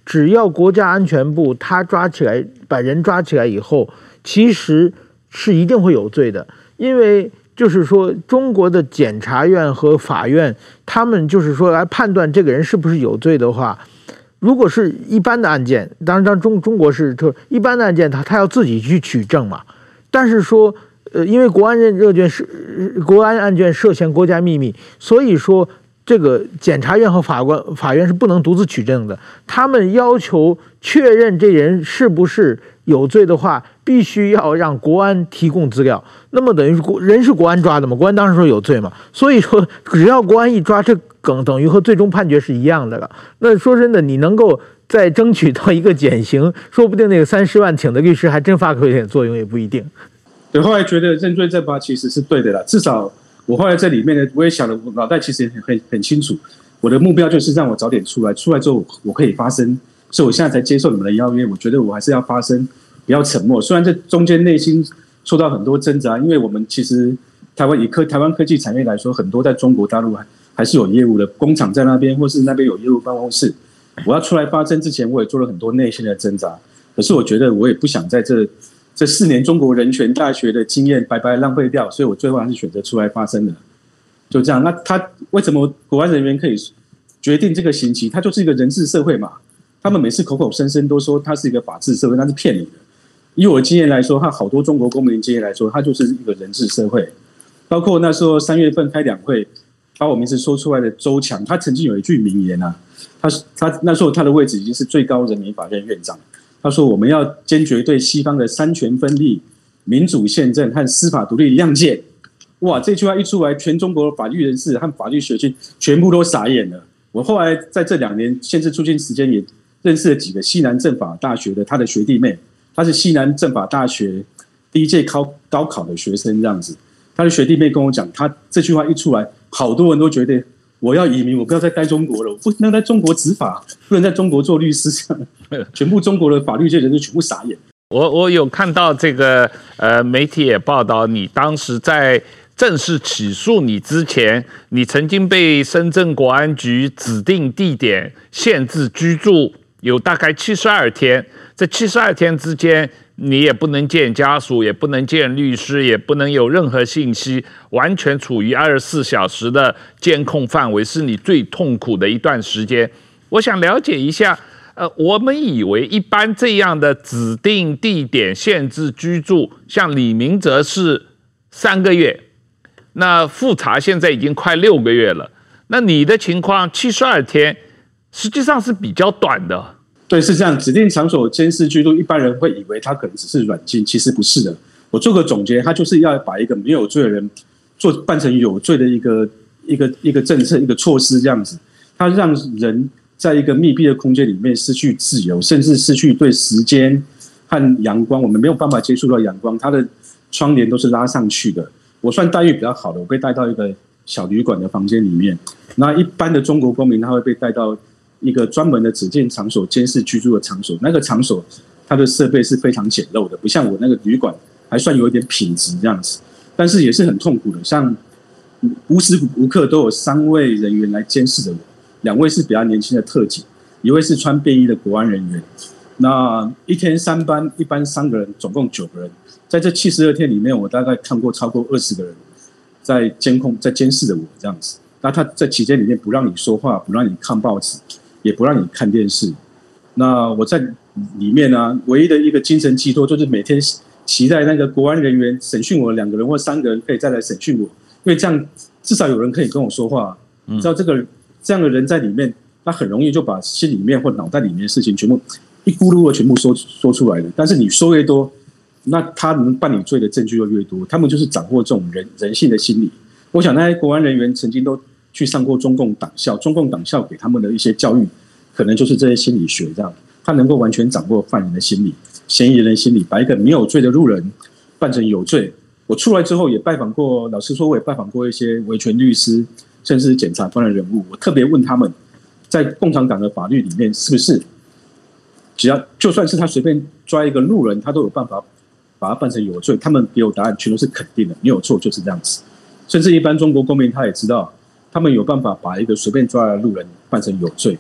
只要国家安全部他抓起来，把人抓起来以后，其实是一定会有罪的，因为就是说中国的检察院和法院，他们就是说来判断这个人是不是有罪的话，如果是一般的案件，当然当中中国是特一般的案件，他他要自己去取证嘛，但是说。呃，因为国安案件是国安案件涉嫌国家秘密，所以说这个检察院和法官法院是不能独自取证的。他们要求确认这人是不是有罪的话，必须要让国安提供资料。那么等于是国人是国安抓的嘛，国安当时说有罪嘛，所以说只要国安一抓，这梗等于和最终判决是一样的了。那说真的，你能够再争取到一个减刑，说不定那个三十万请的律师还真发挥点作用，也不一定。 对，后来觉得认罪正法其实是对的啦，至少我后来在里面呢，我也想了，我脑袋其实很很很清楚，我的目标就是让我早点出来，出来之后我可以发声，所以我现在才接受你们的邀约。我觉得我还是要发声，不要沉默。虽然这中间内心受到很多挣扎，因为我们其实台湾以科台湾科技产业来说，很多在中国大陆还还是有业务的，工厂在那边，或是那边有业务办公室。我要出来发声之前，我也做了很多内心的挣扎。可是我觉得我也不想在这。这四年中国人权大学的经验白白浪费掉，所以我最后还是选择出来发声的。就这样，那他为什么国安人员可以决定这个刑期？他就是一个人治社会嘛。他们每次口口声声都说他是一个法治社会，那是骗你的。以我的经验来说，他好多中国公民经验来说，他就是一个人治社会。包括那时候三月份开两会，把我名字说出来的周强，他曾经有一句名言啊，他他那时候他的位置已经是最高人民法院院长。他说：“我们要坚决对西方的三权分立、民主宪政和司法独立亮剑。”哇，这句话一出来，全中国的法律人士和法律学界全部都傻眼了。我后来在这两年限制出境时间，也认识了几个西南政法大学的他的学弟妹，他是西南政法大学第一届考高考的学生，这样子。他的学弟妹跟我讲，他这句话一出来，好多人都觉得。我要移民，我不要再待中国了，我不能在中国执法，不能在中国做律师，这样，全部中国的法律界人士全部傻眼。 我我有看到这个呃媒体也报道，你当时在正式起诉你之前，你曾经被深圳国安局指定地点限制居住，有大概七十二天。这七十二天之间，你也不能见家属，也不能见律师，也不能有任何信息，完全处于二十四小时的监控范围，是你最痛苦的一段时间。我想了解一下，呃，我们以为一般这样的指定地点限制居住，像李明哲是三个月，那复查现在已经快六个月了，那你的情况七十二天，实际上是比较短的。 对，是这样。指定场所监视居住，一般人会以为他可能只是软禁，其实不是的。我做个总结，他就是要把一个没有罪的人做办成有罪的一个一个一个政策、一个措施，这样子。他让人在一个密闭的空间里面失去自由，甚至失去对时间和阳光，我们没有办法接触到阳光，他的窗帘都是拉上去的。我算待遇比较好的，我被带到一个小旅馆的房间里面。那一般的中国公民他会被带到一个专门的指定场所监视居住的场所，那个场所它的设备是非常简陋的，不像我那个旅馆还算有一点品质这样子，但是也是很痛苦的，像无时无刻都有三位人员来监视着我，两位是比较年轻的特警，一位是穿便衣的国安人员。那一天三班，一班三个人，总共九个人，在这七十二天里面，我大概看过超过二十个人在监控、在监视着我这样子。那他在期间里面不让你说话，不让你看报纸，也不让你看电视。那我在里面呢、啊，唯一的一个精神寄托就是每天期待那个国安人员审讯我两个人或三个人可以再来审讯我，因为这样至少有人可以跟我说话。你知道这个这样的人在里面，他很容易就把心里面或脑袋里面的事情全部一咕噜的全部说说出来了。但是你说越多，那他能办你罪的证据就越多。他们就是掌握这种人人性的心理。我想那些国安人员曾经都去上过中共党校，中共党校给他们的一些教育，可能就是这些心理学这样。他能够完全掌握犯人的心理、嫌疑人的心理，把一个没有罪的路人办成有罪。我出来之后也拜访过，老实说，我也拜访过一些维权律师，甚至是检察官的人物。我特别问他们，在共产党的法律里面，是不是只要就算是他随便抓一个路人，他都有办法把他办成有罪？他们给我答案全都是肯定的，没有错，就是这样子。甚至一般中国公民他也知道，他们有办法把一个随便抓的路人办成有罪。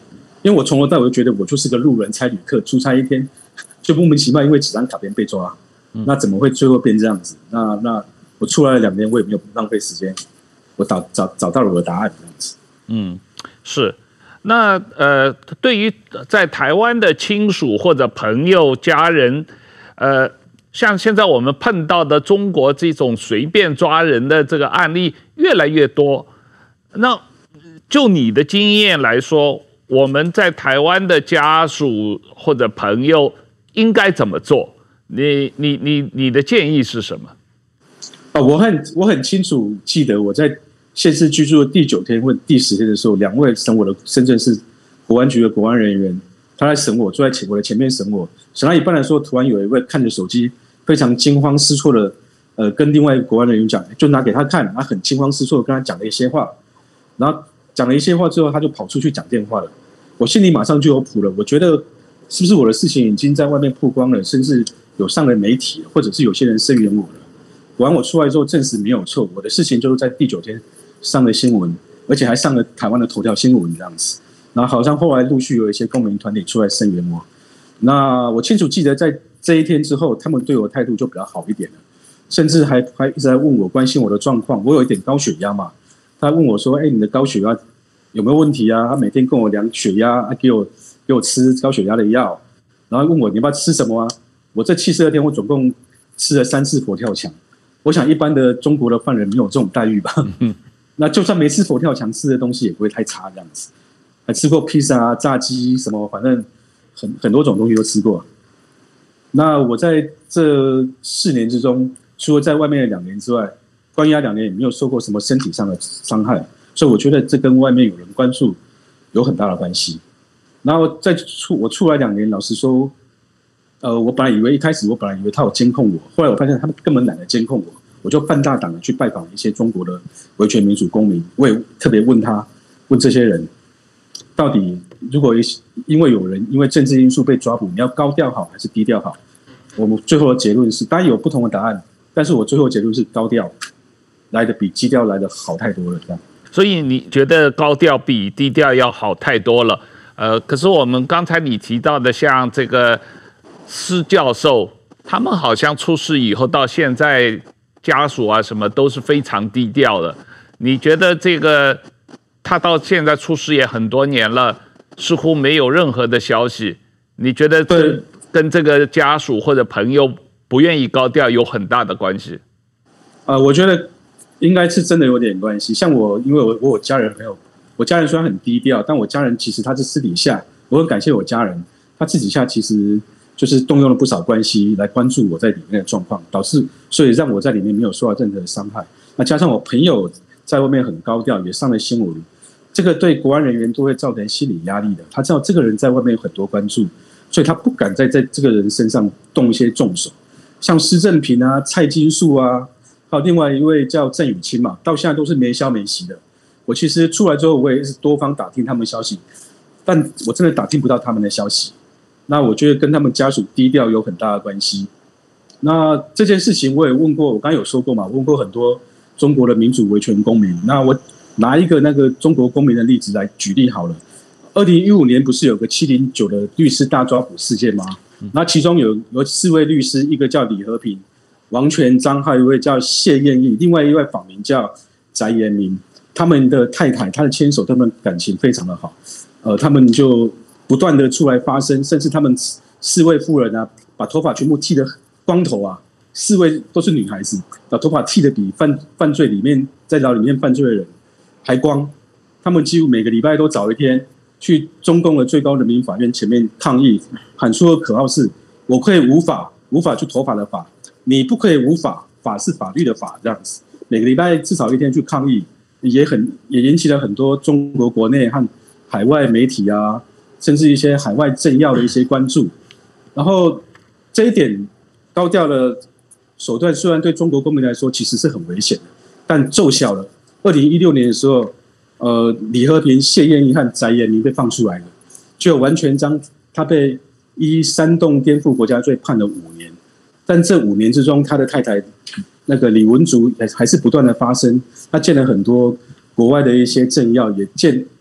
因为我从头到尾觉得我就是个路人差旅客，出差一天就莫名其妙因为几张卡片被抓，那怎么会最后变这样子？那那我出来了两年，我也没有浪费时间，我找找找到了我的答案这样子。 嗯，是。那呃，对于在台湾的亲属或者朋友、家人，呃，像现在我们碰到的中国这种随便抓人的这个案例越来越多。那就你的经验来说，我们在台湾的家属或者朋友应该怎么做？你你你你的建议是什么？ 啊，我很我很清楚记得我在县市居住的第九天或第十天的时候，两位审我的深圳市国安局的国安人员，他在审我，坐在我的前面审我，审到一半的时候，突然有一位看着手机非常惊慌失措的，呃，跟另外一个国安人员讲，就拿给他看，他很惊慌失措的跟他讲了一些话，然后讲了一些话之后，他就跑出去讲电话了。我心里马上就有谱了，我觉得是不是我的事情已经在外面曝光了，甚至有上了媒体，或者是有些人声援我了。果然我出来之后证实没有错，我的事情就是在第九天上了新闻，而且还上了台湾的头条新闻这样子。然后好像后来陆续有一些公民团体出来声援我。那我清楚记得在这一天之后，他们对我的态度就比较好一点了，甚至还还一直在问我关心我的状况。我有一点高血压嘛，他问我说：“哎，你的高血压有没有问题啊？”他每天跟我量血压，啊、给我给我吃高血压的药，然后问我你要不要吃什么啊？我这七十二天我总共吃了三次佛跳墙。我想一般的中国的犯人没有这种待遇吧？那就算没吃佛跳墙，吃的东西也不会太差这样子。还吃过披萨、炸鸡什么，反正很很多种东西都吃过。那我在这四年之中，除了在外面的两年之外，关押两年也没有受过什么身体上的伤害，所以我觉得这跟外面有人关注有很大的关系。然后在出我出来两年，老实说，呃，我本来以为一开始我本来以为他有监控我，后来我发现他们根本懒得监控我，我就泛大胆的去拜访一些中国的维权民主公民，我也特别问他问这些人，到底如果因为有人因为政治因素被抓捕，你要高调好还是低调好？我们最后的结论是，当然有不同的答案，但是我最后的结论是高调来的比低调来的好太多了，这样。 所以你觉得高调比低调要好太多了？呃，可是我们刚才你提到的，像这个施教授，他们好像出事以后到现在，家属啊什么都是非常低调的。你觉得这个他到现在出事也很多年了，似乎没有任何的消息？你觉得这跟这个家属或者朋友不愿意高调有很大的关系？ 啊、呃，我觉得应该是真的有点关系。像我，因为我我有家人朋友。我家人虽然很低调，但我家人其实他是私底下，我很感谢我家人，他私底下其实就是动用了不少关系来关注我在里面的状况，导致所以让我在里面没有受到任何的伤害。那加上我朋友在外面很高调，也上了新闻，这个对国安人员都会造成心理压力的。他知道这个人在外面有很多关注，所以他不敢再在这个人身上动一些重手，像施正平啊、蔡金树啊，还有另外一位叫郑宇清嘛，到现在都是没消没息的。我其实出来之后，我也是多方打听他们消息，但我真的打听不到他们的消息。那我觉得跟他们家属低调有很大的关系。那这件事情我也问过，我刚才有说过嘛，我问过很多中国的民主维权公民。那我拿一个那个中国公民的例子来举例好了。二零一五年不是有个七零九的律师大抓捕事件吗？那其中有有四位律师，一个叫李和平、王全璋，还有一位叫谢燕义，另外一位访民叫翟延明。他们的太太，他的牵手，他们感情非常的好，呃，他们就不断的出来发声，甚至他们四位妇人啊，把头发全部剃得光头啊，四位都是女孩子，把头发剃得比犯犯罪里面在牢里面犯罪的人还光，他们几乎每个礼拜都早一天去中共的最高人民法院前面抗议，喊出的口号是：我可以无法，无法去头发的法，你不可以无法，法是法律的法，这样子，每个礼拜至少一天去抗议。也很也引起了很多中国国内和海外媒体啊，甚至一些海外政要的一些关注。然后这一点高调的手段，虽然对中国公民来说其实是很危险的，但奏效了。二零一六年的时候，呃，李和平、谢燕义和翟延明被放出来了，就完全将他被依煽动颠覆国家罪判了五年。但这五年之中，他的太太那个李文竹还是不断的发声，他见了很多国外的一些政要，也见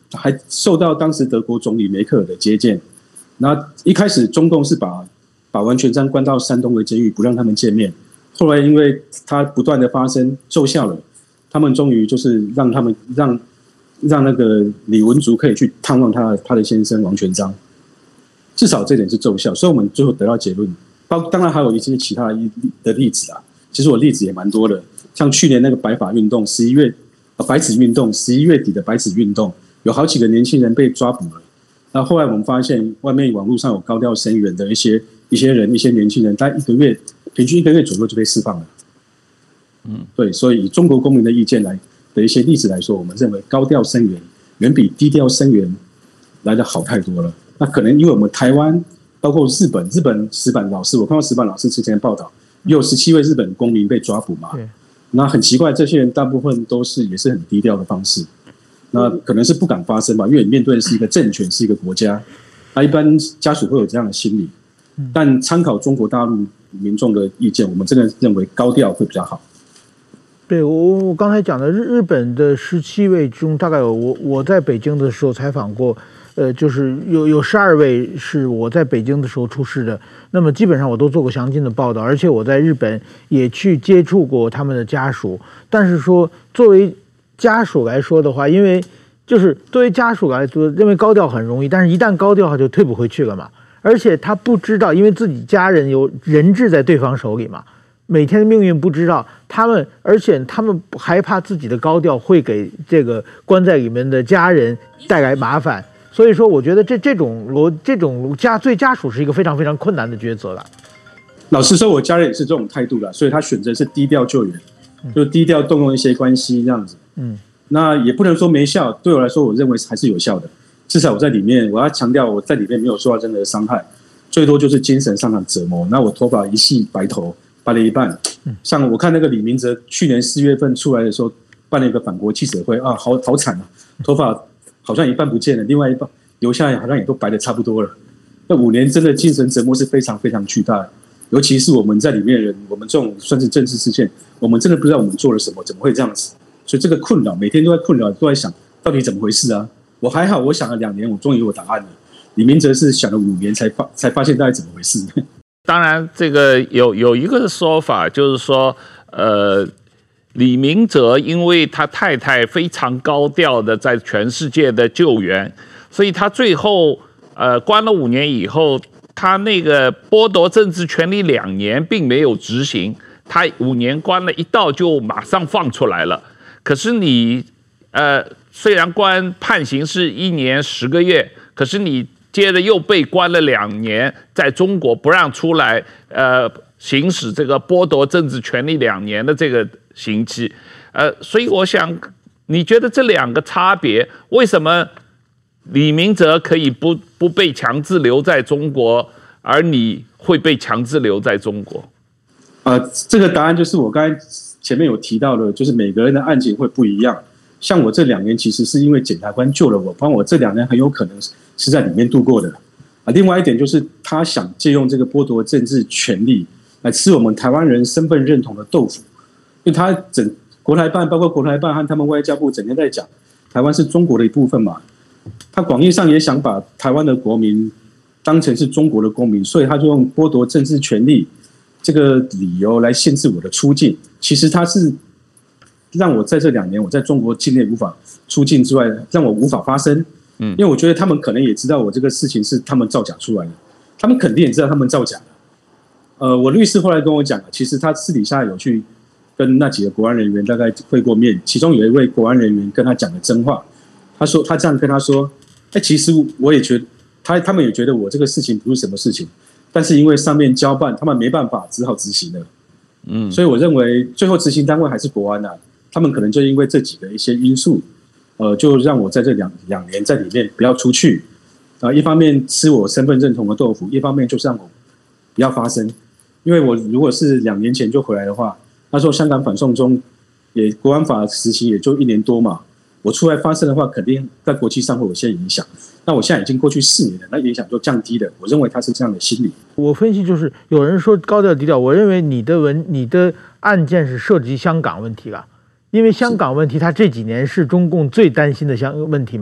还受到当时德国总理梅克尔的接见。那一开始中共是把把王全璋关到山东的监狱，不让他们见面。后来因为他不断的发生奏效了，他们终于就是让他们让让那个李文竹可以去探望他他的先生王全璋，至少这点是奏效。所以我们最后得到结论。包当然还有一些其他的例子啊，其实我例子也蛮多的，像去年那个白发运动，十一月呃白纸运动，十一月底的白纸运动，有好几个年轻人被抓捕了。那后来我们发现，外面网络上有高调声援的一些一些人，一些年轻人，大概一个月平均一个月左右就被释放了。嗯，对，所以以中国公民的意见来的一些例子来说，我们认为高调声援远比低调声援来的好太多了。那可能因为我们台湾。包括日本，日本石板老师，我看到石板老师之前的报道，也有十七位日本公民被抓捕嘛。那很奇怪，这些人大部分都是也是很低调的方式，那可能是不敢发声吧，因为你面对的是一个政权，是一个国家，那一般家属会有这样的心理。但参考中国大陆民众的意见，我们真的认为高调会比较好。 对，我我刚才讲的日日本的十七位中，大概有我我在北京的时候采访过。呃，就是有有十二位是我在北京的时候出事的，那么基本上我都做过详尽的报道，而且我在日本也去接触过他们的家属。但是说作为家属来说的话，因为就是作为家属来说，认为高调很容易，但是一旦高调，他就退不回去了嘛。而且他不知道，因为自己家人有人质在对方手里嘛，每天的命运不知道，他们而且他们害怕自己的高调会给这个关在里面的家人带来麻烦。所以说，我觉得这这种逻这种家对家属是一个非常非常困难的抉择了。 老实说，我家人也是这种态度啦，所以他选择是低调救援，就低调动用一些关系这样子。嗯，那也不能说没效，对我来说，我认为还是有效的。至少我在里面，我要强调我在里面没有受到任何的伤害，最多就是精神上的折磨。那我头发一系白头，白了一半。像我看那个李明哲去年四月份出来的时候，办了一个反国记者会啊，好好惨啊，头发。好像一半不见了，另外一半留下来好像也都白的差不多了。那五年真的精神折磨是非常非常巨大的，尤其是我们在里面的人，我们这种算是政治事件，我们真的不知道我们做了什么，怎么会这样子？所以这个困扰，每天都在困扰，都在想到底怎么回事啊？我还好，我想了两年，我终于有答案了。李明哲是想了五年才发才发现到底怎么回事。 当然，这个有有一个说法，就是说，呃。李明哲因为他太太非常高调的在全世界的救援，所以他最后呃关了五年以后，他那个剥夺政治权利两年并没有执行，他五年关了一到就马上放出来了。可是你呃虽然关判刑是一年十个月，可是你接着又被关了两年，在中国不让出来呃行使这个剥夺政治权利两年的这个刑期，呃，所以我想，你觉得这两个差别，为什么李明哲可以不不被强制留在中国，而你会被强制留在中国？ 呃，这个答案就是我刚才前面有提到的，就是每个人的案情会不一样。像我这两年其实是因为检察官救了我，不然我这两年很有可能是在里面度过的。啊，另外一点就是他想借用这个剥夺政治权利来吃我们台湾人身份认同的豆腐。因为他整国台办，包括国台办和他们外交部整天在讲台湾是中国的一部分嘛，他广义上也想把台湾的国民当成是中国的公民，所以他就用剥夺政治权利这个理由来限制我的出境。其实他是让我在这两年我在中国境内无法出境之外，让我无法发声。嗯，因为我觉得他们可能也知道我这个事情是他们造假出来的，他们肯定也知道他们造假的。呃，我律师后来跟我讲，其实他私底下有去跟那几个国安人员大概会过面，其中有一位国安人员跟他讲了真话，他说他这样跟他说，哎，其实我也觉得他他们也觉得我这个事情不是什么事情，但是因为上面交办，他们没办法，只好执行了。嗯，所以我认为最后执行单位还是国安啊，他们可能就因为这几个一些因素，呃，就让我在这两两年在里面不要出去，啊、呃，一方面吃我身份认同的豆腐，一方面就是让我不要发声，因为我如果是两年前就回来的话。他说香港反送中也国安法实行也就一年多嘛，我出来发声的话，肯定在国际上会有些影响。那我现在已经过去四年了，那影响就降低了。我认为他是这样的心理。 我分析就是，有人说高调低调，我认为你的文你的案件是涉及香港问题了，因为香港问题，它这几年是中共最担心的香问题嘛。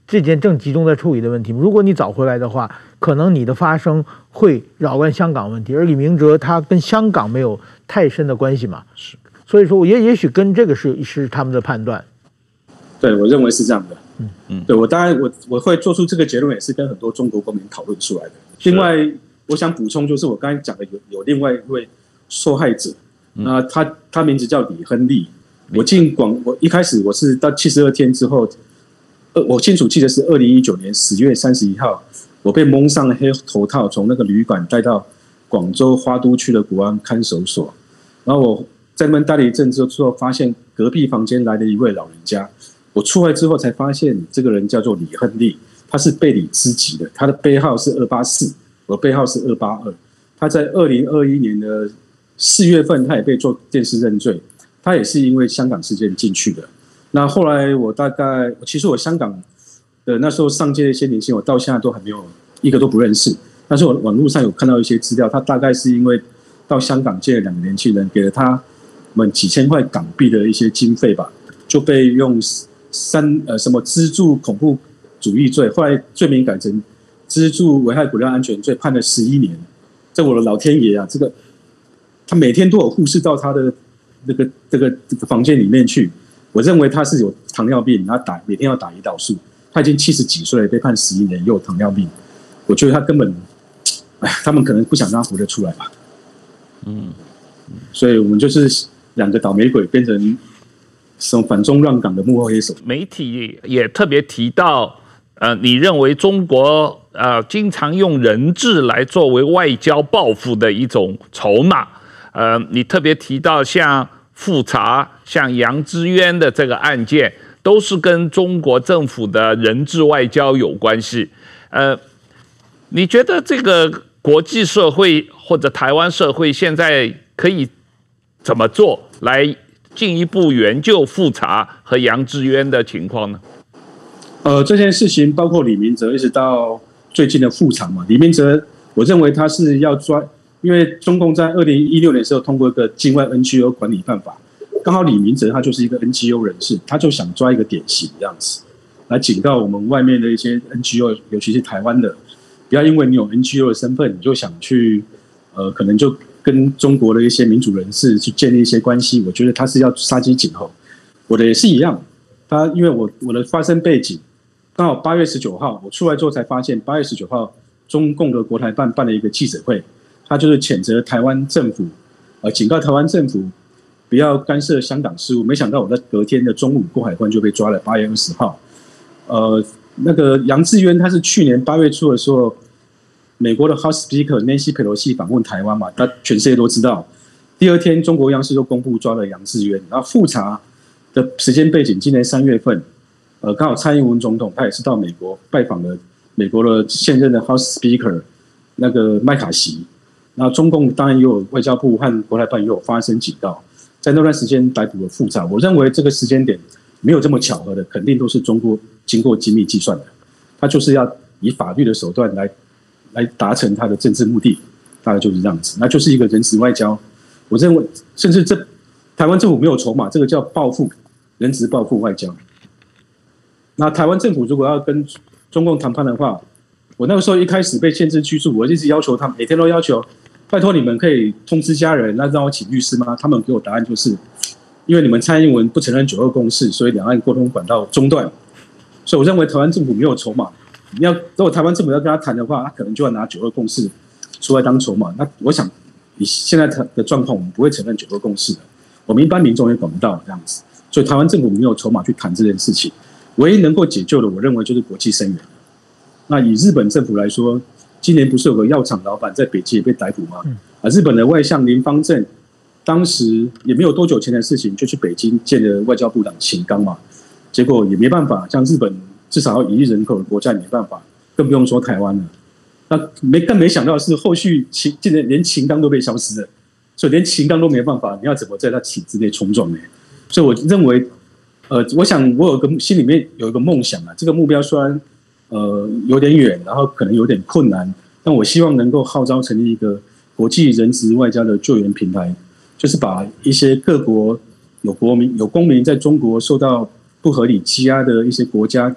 这件正集中在处理的问题。如果你早回来的话，可能你的发声会扰乱香港问题。而李明哲他跟香港没有太深的关系嘛，是，所以说也也许跟这个是是他们的判断。 对，我认为是这样的。嗯嗯，对我当然我我会做出这个结论，也是跟很多中国公民讨论出来的。另外，我想补充就是我刚才讲的有有另外一位受害者，那、嗯、他他名字叫李亨利。我进广我一开始我是到七十二天之后，呃，我清楚记得是二零一九年十月三十一号，我被蒙上了黑头套，从那个旅馆带到广州花都区的国安看守所。然后我在那边待了一阵之后，发现隔壁房间来了一位老人家。我出来之后才发现，这个人叫做李亨利，他是贝里兹籍的，他的编号是二八四，我的编号是二八二。他在二零二一年的四月份，他也被做电视认罪，他也是因为香港事件进去的。那后来我大概，其实我香港的那时候上届的一些年轻人，我到现在都还没有一个都不认识。但是我网络上有看到一些资料，他大概是因为到香港借了两个年轻人，给了他们几千块港币的一些经费吧，就被用三呃什么资助恐怖主义罪，后来罪名改成资助危害国家安全罪，判了十一年。这我的老天爷啊！这个他每天都有护士到他的那个这个这个房间里面去。我认为他是有糖尿病，他打每天要打胰岛素。他已经七十几岁了，被判十一年，又有糖尿病。我觉得他根本，哎，他们可能不想让他活得出来吧。嗯，所以我们就是两个倒霉鬼变成什么反中乱港的幕后黑手。 媒体也特别提到，呃，你认为中国呃经常用人质来作为外交报复的一种筹码，呃，你特别提到像复查、像杨之渊的这个案件，都是跟中国政府的人质外交有关系。呃，你觉得这个国际社会或者台湾社会现在可以怎么做来进一步援救复查和杨之渊的情况呢？ 呃，这件事情包括李明哲一直到最近的复查嘛。李明哲，我认为他是要抓，因为中共在二零一六年的时候通过一个境外 N G O 管理办法，刚好李明哲他就是一个 N G O 人士，他就想抓一个典型这样子，来警告我们外面的一些 N G O， 尤其是台湾的，不要因为你有 N G O 的身份，你就想去呃，可能就跟中国的一些民主人士去建立一些关系。我觉得他是要杀鸡儆猴。我的也是一样，他因为我我的发生背景。刚好八月十九号，我出来之后才发现，八月十九号中共的国台办办了一个记者会，他就是谴责台湾政府，呃，警告台湾政府不要干涉香港事务。没想到我在隔天的中午过海关就被抓了，八月二十号。呃，那个杨智渊他是去年八月初的时候，美国的 House Speaker Nancy Pelosi 访问台湾嘛，他全世界都知道。第二天，中国央视就公布抓了杨智渊，然后复查的时间背景，今年三月份。呃，刚好蔡英文总统他也是到美国拜访了美国的现任的 House Speaker 那个麦卡锡，那中共当然也有外交部和国台办也有发声警告，在那段时间逮捕了复查。我认为这个时间点没有这么巧合的，肯定都是中国经过精密计算的，他就是要以法律的手段来来达成他的政治目的，大概就是这样子，那就是一个人质外交。我认为，甚至这台湾政府没有筹码，这个叫报复，人质报复外交。那台湾政府如果要跟中共谈判的话，我那个时候一开始被限制居住，我一直要求他们，每天都要求，拜托你们可以通知家人，那让我请律师吗？他们给我答案就是，因为你们蔡英文不承认九二共识，所以两岸沟通管道中断。所以我认为台湾政府没有筹码。你要如果台湾政府要跟他谈的话，他可能就要拿九二共识出来当筹码。那我想以现在的状况，我们不会承认九二共识的，我们一般民众也管不到这样子。所以台湾政府没有筹码去谈这件事情。唯一能够解救的，我认为就是国际声援。那以日本政府来说，今年不是有个药厂老板在北极也被逮捕吗？啊，日本的外相林芳正，当时也没有多久前的事情，就去北京见了外交部长秦刚嘛，结果也没办法，像日本至少要一亿人口的国家也没办法，更不用说台湾了。那没更没想到的是，后续秦竟然连秦刚都被消失了，所以连秦刚都没办法，你要怎么在他体制内冲撞呢？所以我认为。呃，我想我有个心里面有一个梦想啊，这个目标虽然呃有点远，然后可能有点困难，但我希望能够号召成立一个国际人质外交的救援平台，就是把一些各国有国民有公民在中国受到不合理羁押的一些国家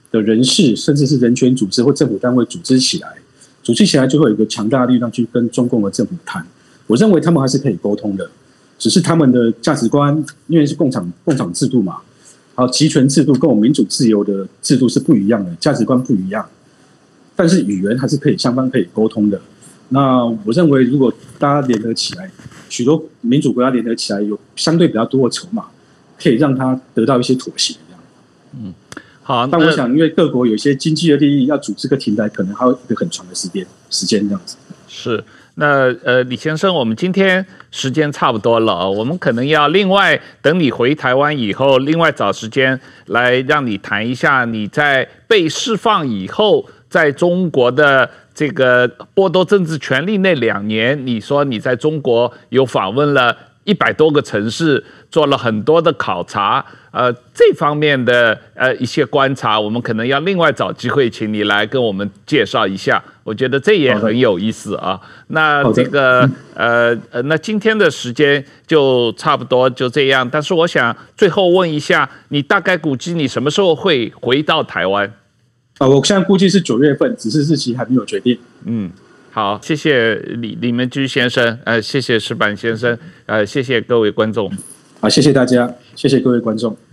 的人士，甚至是人权组织或政府单位组织起来，组织起来就会有一个强大的力量去跟中共的政府谈。我认为他们还是可以沟通的，只是他们的价值观，因为是共产共产制度嘛，还有集权制度跟我们民主自由的制度是不一样的，价值观不一样，但是语言还是可以相当可以沟通的。那我认为，如果大家联合起来，许多民主国家联合起来，有相对比较多的筹码，可以让他得到一些妥协。 嗯，好。 但我想，因为各国有一些经济的利益，要组织个停台，可能还有一个很长的时间时间这样子。 是。那呃，李先生，我们今天时间差不多了，我们可能要另外等你回台湾以后，另外找时间来让你谈一下你在被释放以后，在中国的这个剥夺政治权利那两年，你说你在中国有访问了一百多个城市，做了很多的考察，呃，这方面的呃一些观察，我们可能要另外找机会请你来跟我们介绍一下。我觉得这也很有意思啊。那这个呃呃，那今天的时间就差不多就这样。但是我想最后问一下，你大概估计你什么时候会回到台湾？ 啊，我现在估计是九月份，只是日期还没有决定。 嗯，好，谢谢李李门居先生，呃，谢谢石板先生，呃，谢谢各位观众。 好，谢谢大家，谢谢各位观众。